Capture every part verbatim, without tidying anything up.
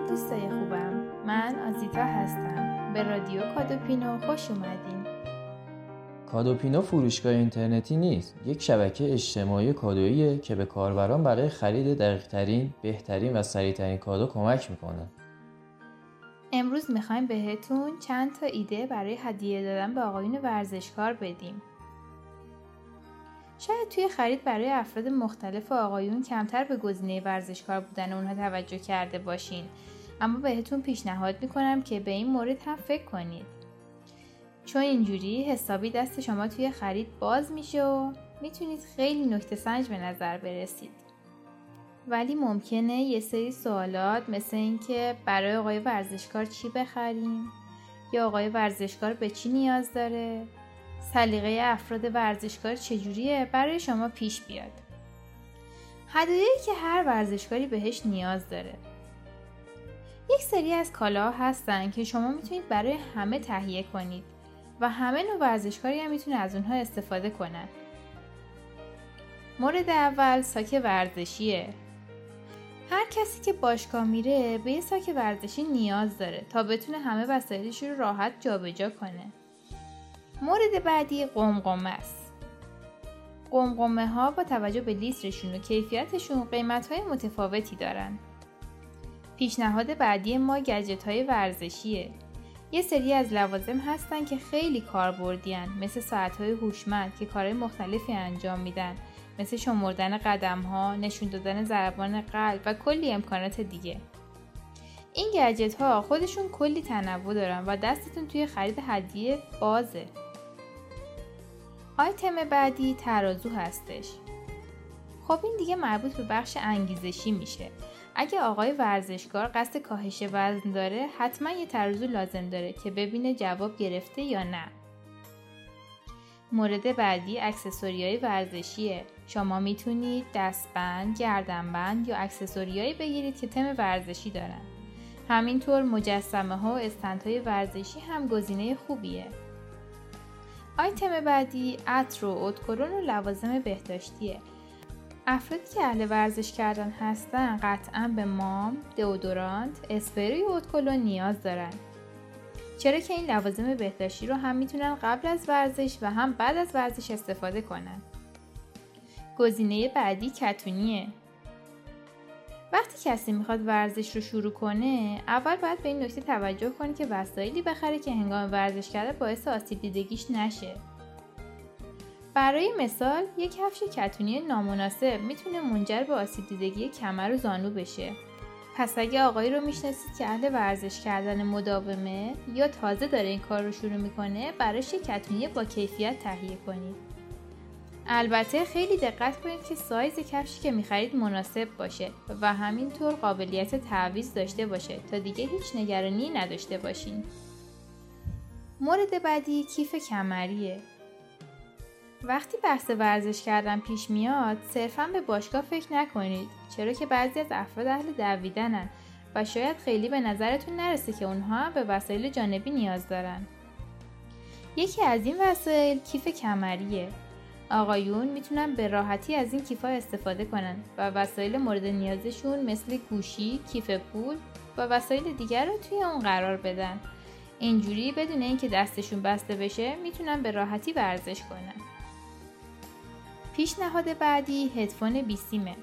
سلام دوستای خوبم، من آزیتا هستم. به رادیو کادوپینو خوش اومدین. کادوپینو فروشگاه اینترنتی نیست، یک شبکه اجتماعی کادوییه که به کاربران برای خرید دقیق‌ترین، بهترین و سریع‌ترین کادو کمک میکنه. امروز میخوایم بهتون چند تا ایده برای هدیه دادن به آقایون ورزشکار بدیم. شاید توی خرید برای افراد مختلف آقایون کمتر به گزینه ورزشکار بودن اونها توجه کرده باشین، اما بهتون پیشنهاد میکنم که به این مورد هم فکر کنید، چون اینجوری حسابی دست شما توی خرید باز میشه و میتونید خیلی نکته سنج به نظر برسید. ولی ممکنه یه سری سوالات مثل این که برای آقای ورزشکار چی بخریم، یا آقای ورزشکار به چی نیاز داره، سلیقه افراد ورزشکار چجوریه برای شما پیش بیاد. هدایایی که هر ورزشکاری بهش نیاز داره. یک سری از کالاها هستن که شما میتونید برای همه تهیه کنید و همه نوع ورزشکاری هم میتونه از اونها استفاده کنن. مورد اول ساک ورزشیه. هر کسی که باشگاه میره به یه ساک ورزشی نیاز داره تا بتونه همه وسایلش رو راحت جابجا کنه. مورد بعدی قمقمه است. قمقمه ها با توجه به لیسترشون و کیفیتشون قیمت های متفاوتی دارن. پیشنهاد بعدی ما گجت های ورزشیه. یه سری از لوازم هستن که خیلی کاربردیان، مثل ساعت های هوشمند که کارهای مختلفی انجام میدن، مثل شمردن قدم ها، نشون دادن ضربان قلب و کلی امکانات دیگه. این گجت ها خودشون کلی تنوع دارن و دستتون توی خرید هدیه بازه. آیتم بعدی ترازو هستش. خب این دیگه مربوط به بخش انگیزشی میشه. اگه آقای ورزشکار قصد کاهش وزن داره، حتما یه ترازو لازم داره که ببینه جواب گرفته یا نه. مورد بعدی اکسسوریای ورزشیه. شما میتونید دستبند، گردنبند یا اکسسوریایی بگیرید که تم ورزشی دارن. همینطور مجسمه ها و استندهای ورزشی هم گزینه خوبیه. آیتم بعدی عطر و ادکلون و لوازم بهداشتیه. افرادی که اهل ورزش کردن هستن قطعاً به مام، دئودورانت، اسپری و ادکلون نیاز دارن. چرا که این لوازم بهداشتی رو هم میتونن قبل از ورزش و هم بعد از ورزش استفاده کنن. گزینه بعدی کتونیه. وقتی کسی میخواد ورزش رو شروع کنه، اول باید به این نکته توجه کنه که وسایلی بخره که هنگام ورزش کردن باعث آسیب دیدگیش نشه. برای مثال، یک کفش کتونی نامناسب میتونه منجر به آسیب دیدگی کمر و زانو بشه. پس اگه آقایی رو میشناسید که اهل ورزش کردن مداومه یا تازه داره این کار رو شروع میکنه، براش یک کتونی با کیفیت تهیه کنید. البته خیلی دقت کنید که سایز کفشی که میخرید مناسب باشه و همینطور قابلیت تعویض داشته باشه تا دیگه هیچ نگرانی نداشته باشین. مورد بعدی کیف کمریه. وقتی بحث ورزش کردن پیش میاد، صرفاً به باشگاه فکر نکنید، چرا که بعضی از افراد اهل دویدنن و شاید خیلی به نظرتون نرسه که اونها به وسایل جانبی نیاز دارن. یکی از این وسایل کیف کمریه. آقایون میتونن به راحتی از این کیف‌ها استفاده کنن و وسایل مورد نیازشون مثل گوشی، کیف پول و وسایل دیگر رو توی اون قرار بدن. اینجوری بدون اینکه دستشون بسته بشه میتونن به راحتی ورزش کنن. پیشنهاد بعدی هدفون بیسیمه.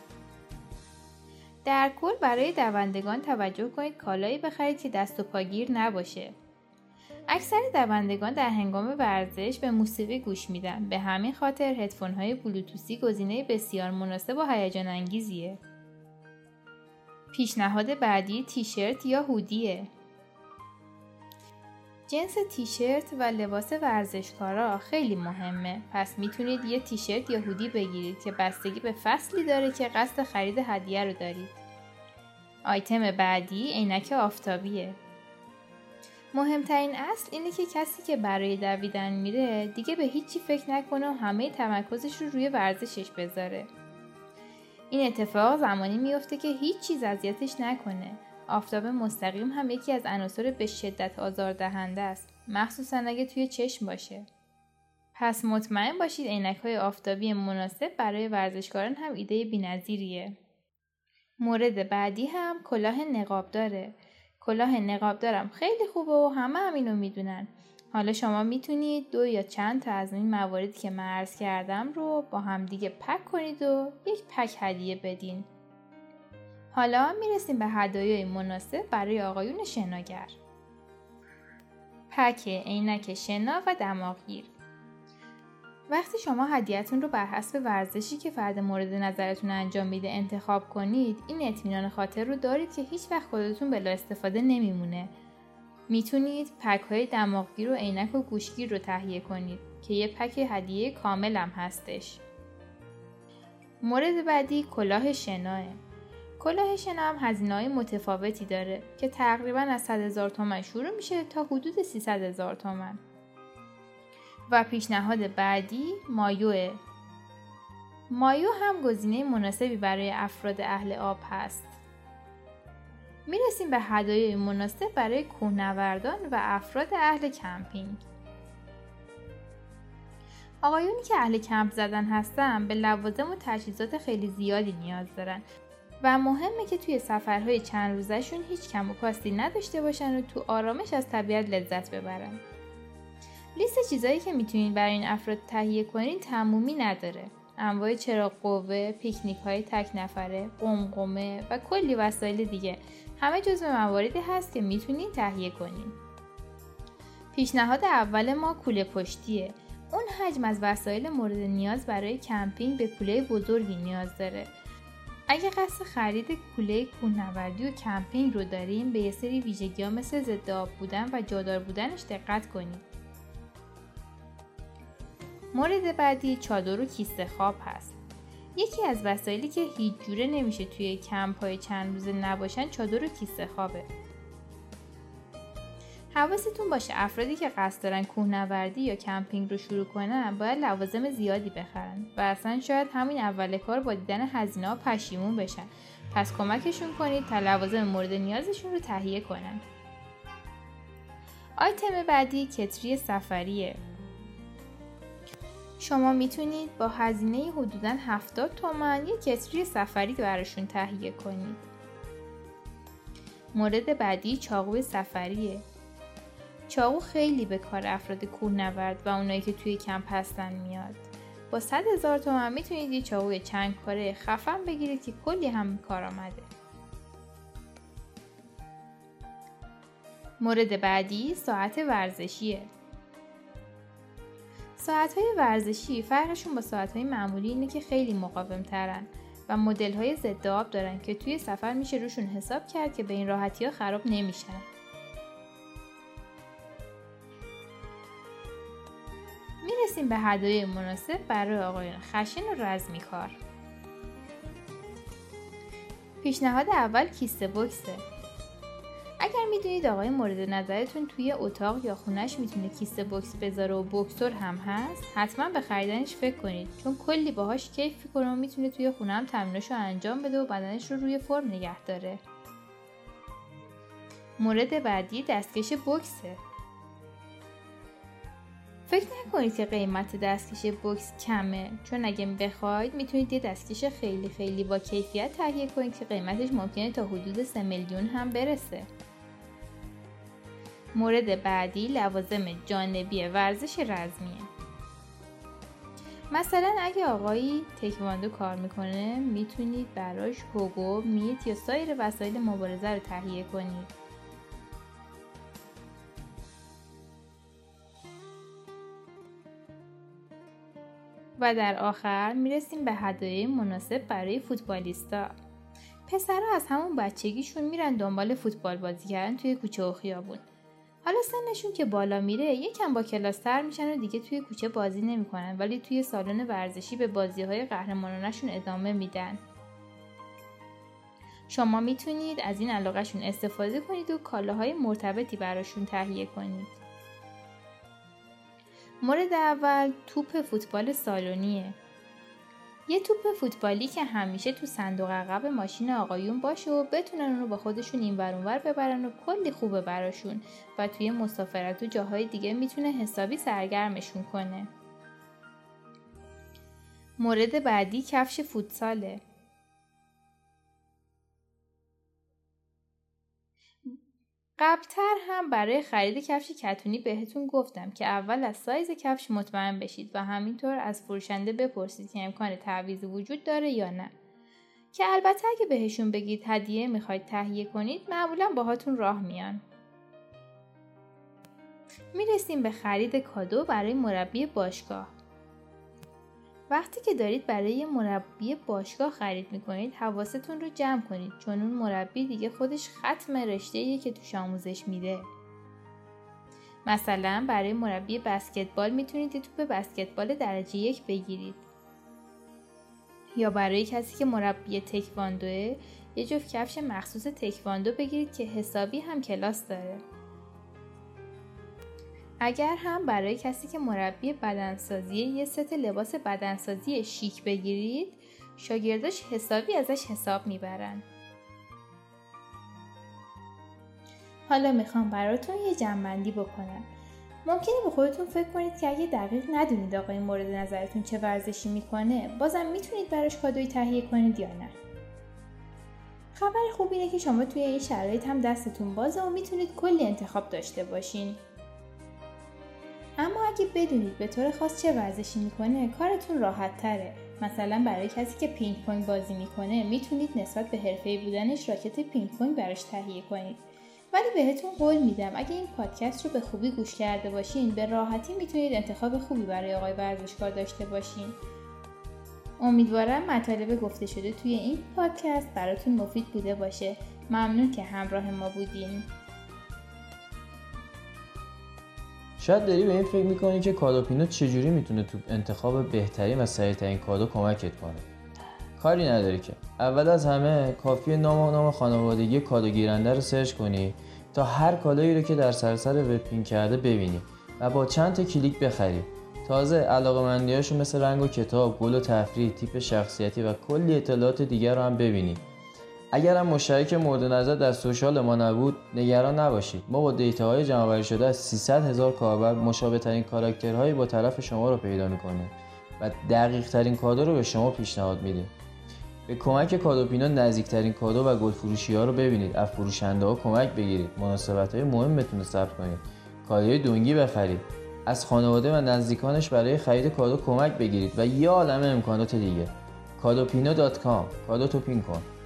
در کل برای دوندگان توجه کنید کالایی بخرید که دست و پاگیر نباشه. اکثر دوندگان در هنگام ورزش به موسیقی گوش میدن، به همین خاطر هدفون های بلوتوثی گزینه بسیار مناسب و هیجان انگیزیه. پیشنهاد بعدی تیشرت یا هودیه. جنس تیشرت و لباس ورزشکارا خیلی مهمه، پس میتونید یه تیشرت یا هودی بگیرید که بستگی به فصلی داره که قصد خرید هدیه رو دارید. آیتم بعدی عینک آفتابیه. مهمترین اصل اینه که کسی که برای دویدن میره دیگه به هیچی فکر نکنه و همه تمرکزش رو روی ورزشش بذاره. این اتفاق زمانی میفته که هیچ چیز اذیتش نکنه. آفتاب مستقیم هم یکی از عناصر به شدت آزاردهنده است، مخصوصا اگه توی چشم باشه. پس مطمئن باشید عینک‌های آفتابی مناسب برای ورزشکاران هم ایده بی‌نظیریه. مورد بعدی هم کلاه نقاب داره. کلاه نقاب دارم خیلی خوبه و همه هم اینو میدونن. حالا شما میتونید دو یا چند تا از این مواردی که من عرض کردم رو با هم دیگه پک کنید و یک پک هدیه بدین. حالا میرسیم به هدایای مناسب برای آقایون شناگر. پک عینک شنا و دماغگیر. وقتی شما هدیه‌تون رو بر حسب ورزشی که فرد مورد نظرتون انجام میده انتخاب کنید، این اطمینان خاطر رو دارید که هیچ وقت خودتون بلا استفاده نمیمونه. میتونید پک‌های دماغگیر و عینک و گوشگیر رو تهیه کنید که یه پک هدیه کامل هم هستش. مورد بعدی کلاه شناه. کلاه شنا هم هزینه‌های متفاوتی داره که تقریباً از صد هزار تومان شروع میشه تا حدود سیصد هزار تومان. و پیشنهاد بعدی مایوه. مایو هم گزینه مناسبی برای افراد اهل آب هست. میرسیم به هدایای مناسب برای کوهنوردان و افراد اهل کمپینگ. آقایونی که اهل کمپ زدن هستن به لوازم و تجهیزات خیلی زیادی نیاز دارن و مهمه که توی سفرهای چند روزشون هیچ کم و کاستی نداشته باشن و تو آرامش از طبیعت لذت ببرن. لیست چیزایی که میتونین برای این افراد تهیه کنین تمومی نداره. انواع چراغ قوه، پیکنیک های تک نفره، قمقمه و کلی وسایل دیگه همه جزو مواردی هست که میتونین تهیه کنین. پیشنهاد اول ما کوله پشتیه. اون حجم از وسایل مورد نیاز برای کمپینگ به کوله بزرگی نیاز داره. اگه قصد خرید کوله کوهنوردی و کمپینگ رو دارین به یه سری ویژگی‌ها مثل ضد آب بودن و جادار بودنش دقت کنید. مورد بعدی چادر و کیسه خواب هست. یکی از وسایلی که هیچ جوره نمیشه توی کمپ‌های چند روزه نباشن چادر و کیسه خوابه. حواستون باشه افرادی که قصد دارن کوهنوردی یا کمپینگ رو شروع کنن باید لوازم زیادی بخرن و اصلا شاید همین اول کار با دیدن هزینه‌ها پشیمون بشن. پس کمکشون کنید تا لوازم مورد نیازشون رو تهیه کنن. آیتم بعدی کتری سفریه. شما میتونید با هزینه حدوداً هفتاد تومان یک کتری سفری براشون تهیه کنید. مورد بعدی چاقوی سفریه. چاقو خیلی به کار افراد کوهنورد و اونایی که توی کمپ هستن میاد. با صد هزار تومان میتونید یه چاقوی چند کاره خفن بگیرید که کلی هم کار آمده. مورد بعدی ساعت ورزشیه. ساعت‌های ورزشی فرقشون با ساعت‌های معمولی اینه که خیلی مقاوم ترن و مدل‌های ضد آب دارن که توی سفر میشه روشون حساب کرد که به این راحتی‌ها خراب نمیشن. میرسیم به هدایای مناسب برای آقایان خشن و رزمیکار. پیشنهاد اول کیسه بوکسه. اگر میدونید آقای مورد نظرتون توی اتاق یا خونش میتونه کیسه بوکس بذاره و بوکسور هم هست، حتما به خریدنش فکر کنید چون کلی باهاش کیف میکنه و میتونه توی خونه هم تمریناشو انجام بده و بدنش رو روی فرم نگه داره. مورد بعدی دستکش بوکسه. فکر نکنید که قیمت دستکش بوکس کمه چون اگه بخواید میتونید یه دستکش خیلی خیلی با کیفیت تهیه کنید که قیمتش ممکنه تا حدود سه میلیون هم برسه. مورد بعدی لوازم جانبی ورزش رزمیه. مثلا اگه آقایی تکواندو کار میکنه میتونید براش هوگو، میت یا سایر وسایل مبارزه رو تهیه کنید. و در آخر میرسیم به هدایای مناسب برای فوتبالیستا. پسرها از همون بچگیشون میرن دنبال فوتبال بازی کردن توی کوچه و خیابون. حالا سنشون که بالا میره یکم با کلاستر میشن و دیگه توی کوچه بازی نمیکنن ولی توی سالن ورزشی به بازی‌های قهرمانانشون ادامه میدن. شما میتونید از این علاقهشون استفاده کنید و کالاهای مرتبطی براشون تهیه کنید. مورد اول توپ فوتبال سالونیه. یه توپ فوتبالی که همیشه تو صندوق عقب ماشین آقایون باشه و بتونن اون رو با خودشون این ور اون ور ببرن و کلی خوبه براشون و توی مسافرت و جاهای دیگه میتونه حسابی سرگرمشون کنه. مورد بعدی کفش فوتساله. قبلتر هم برای خرید کفش کتونی بهتون گفتم که اول از سایز کفش مطمئن بشید و همینطور از فروشنده بپرسید که امکان تعویض وجود داره یا نه. که البته اگه بهشون بگید هدیه میخواید تهیه کنید معمولا باهاتون راه میان. میرسیم به خرید کادو برای مربی باشگاه. وقتی که دارید برای مربی باشگاه خرید میکنید حواستون رو جمع کنید، چون اون مربی دیگه خودش ختم رشته‌ایه که توش آموزش میده. مثلا برای مربی بسکتبال میتونید یه توپ بسکتبال درجه یک بگیرید، یا برای کسی که مربی تکواندوه یه جفت کفش مخصوص تکواندو بگیرید که حسابی هم کلاس داره. اگر هم برای کسی که مربی بدنسازی یه ست لباس بدنسازی شیک بگیرید، شاگرداش حسابی ازش حساب میبرن. حالا میخوام براتون یه جمع‌بندی بکنم. ممکنه به خودتون فکر کنید که اگه دقیق ندونید آقای مورد نظرتون چه ورزشی میکنه، بازم میتونید براش کادویی تهیه کنید یا نه. خبر خوب اینه که شما توی این شرایط هم دستتون بازه و میتونید کلی انتخاب داشته باشین. اما اگه بدونید به طور خاص چه ورزشی میکنه، کارتون راحت تره. مثلا برای کسی که پینگ پونگ بازی میکنه میتونید نسبت به حرفه‌ای بودنش راکت پینگ پونگ براش تهیه کنید. ولی بهتون قول میدم اگه این پادکست رو به خوبی گوش کرده باشین، به راحتی میتونید انتخاب خوبی برای آقای ورزشکار داشته باشین. امیدوارم مطالب گفته شده توی این پادکست براتون مفید بوده باشه. ممنون که همراه ما بودین. شاید داری به این فکر میکنی که کادوپینو چجوری میتونه تو انتخاب بهترین و سریعترین کادو کمکت کنه. کاری نداری که. اول از همه کافیه نام و نام خانوادگی کادو گیرنده رو سرچ کنی تا هر کادویی رو که در سراسر وب پین کرده ببینی و با چند تا کلیک بخری. تازه علاقه‌مندیاشو مثل رنگ و کتاب، گل و تفریح، تیپ شخصیتی و کلی اطلاعات دیگر رو هم ببینی. اگر هم مشترک مورد نظر در سوشال ما نبود، نگران نباشید. ما با دیتاهای جمع‌آوری شده از سیصد هزار کاربر مشابه ترین کاراکترهایی با طرف شما رو پیدا می‌کنیم و دقیق ترین کادو رو به شما پیشنهاد میدیم. به کمک کادوپینو نزدیکترین کادو و گل فروشی‌ها رو ببینید، از فروشنده‌ها کمک بگیرید، مناسبت‌های مهمتون رو ثبت کنید، کادوی دونگی بخرید، از خانواده و نزدیکانش برای خرید کادو کمک بگیرید و یه عالمه امکانات دیگه. کادوپینو دات کام. کادو تو پین کن.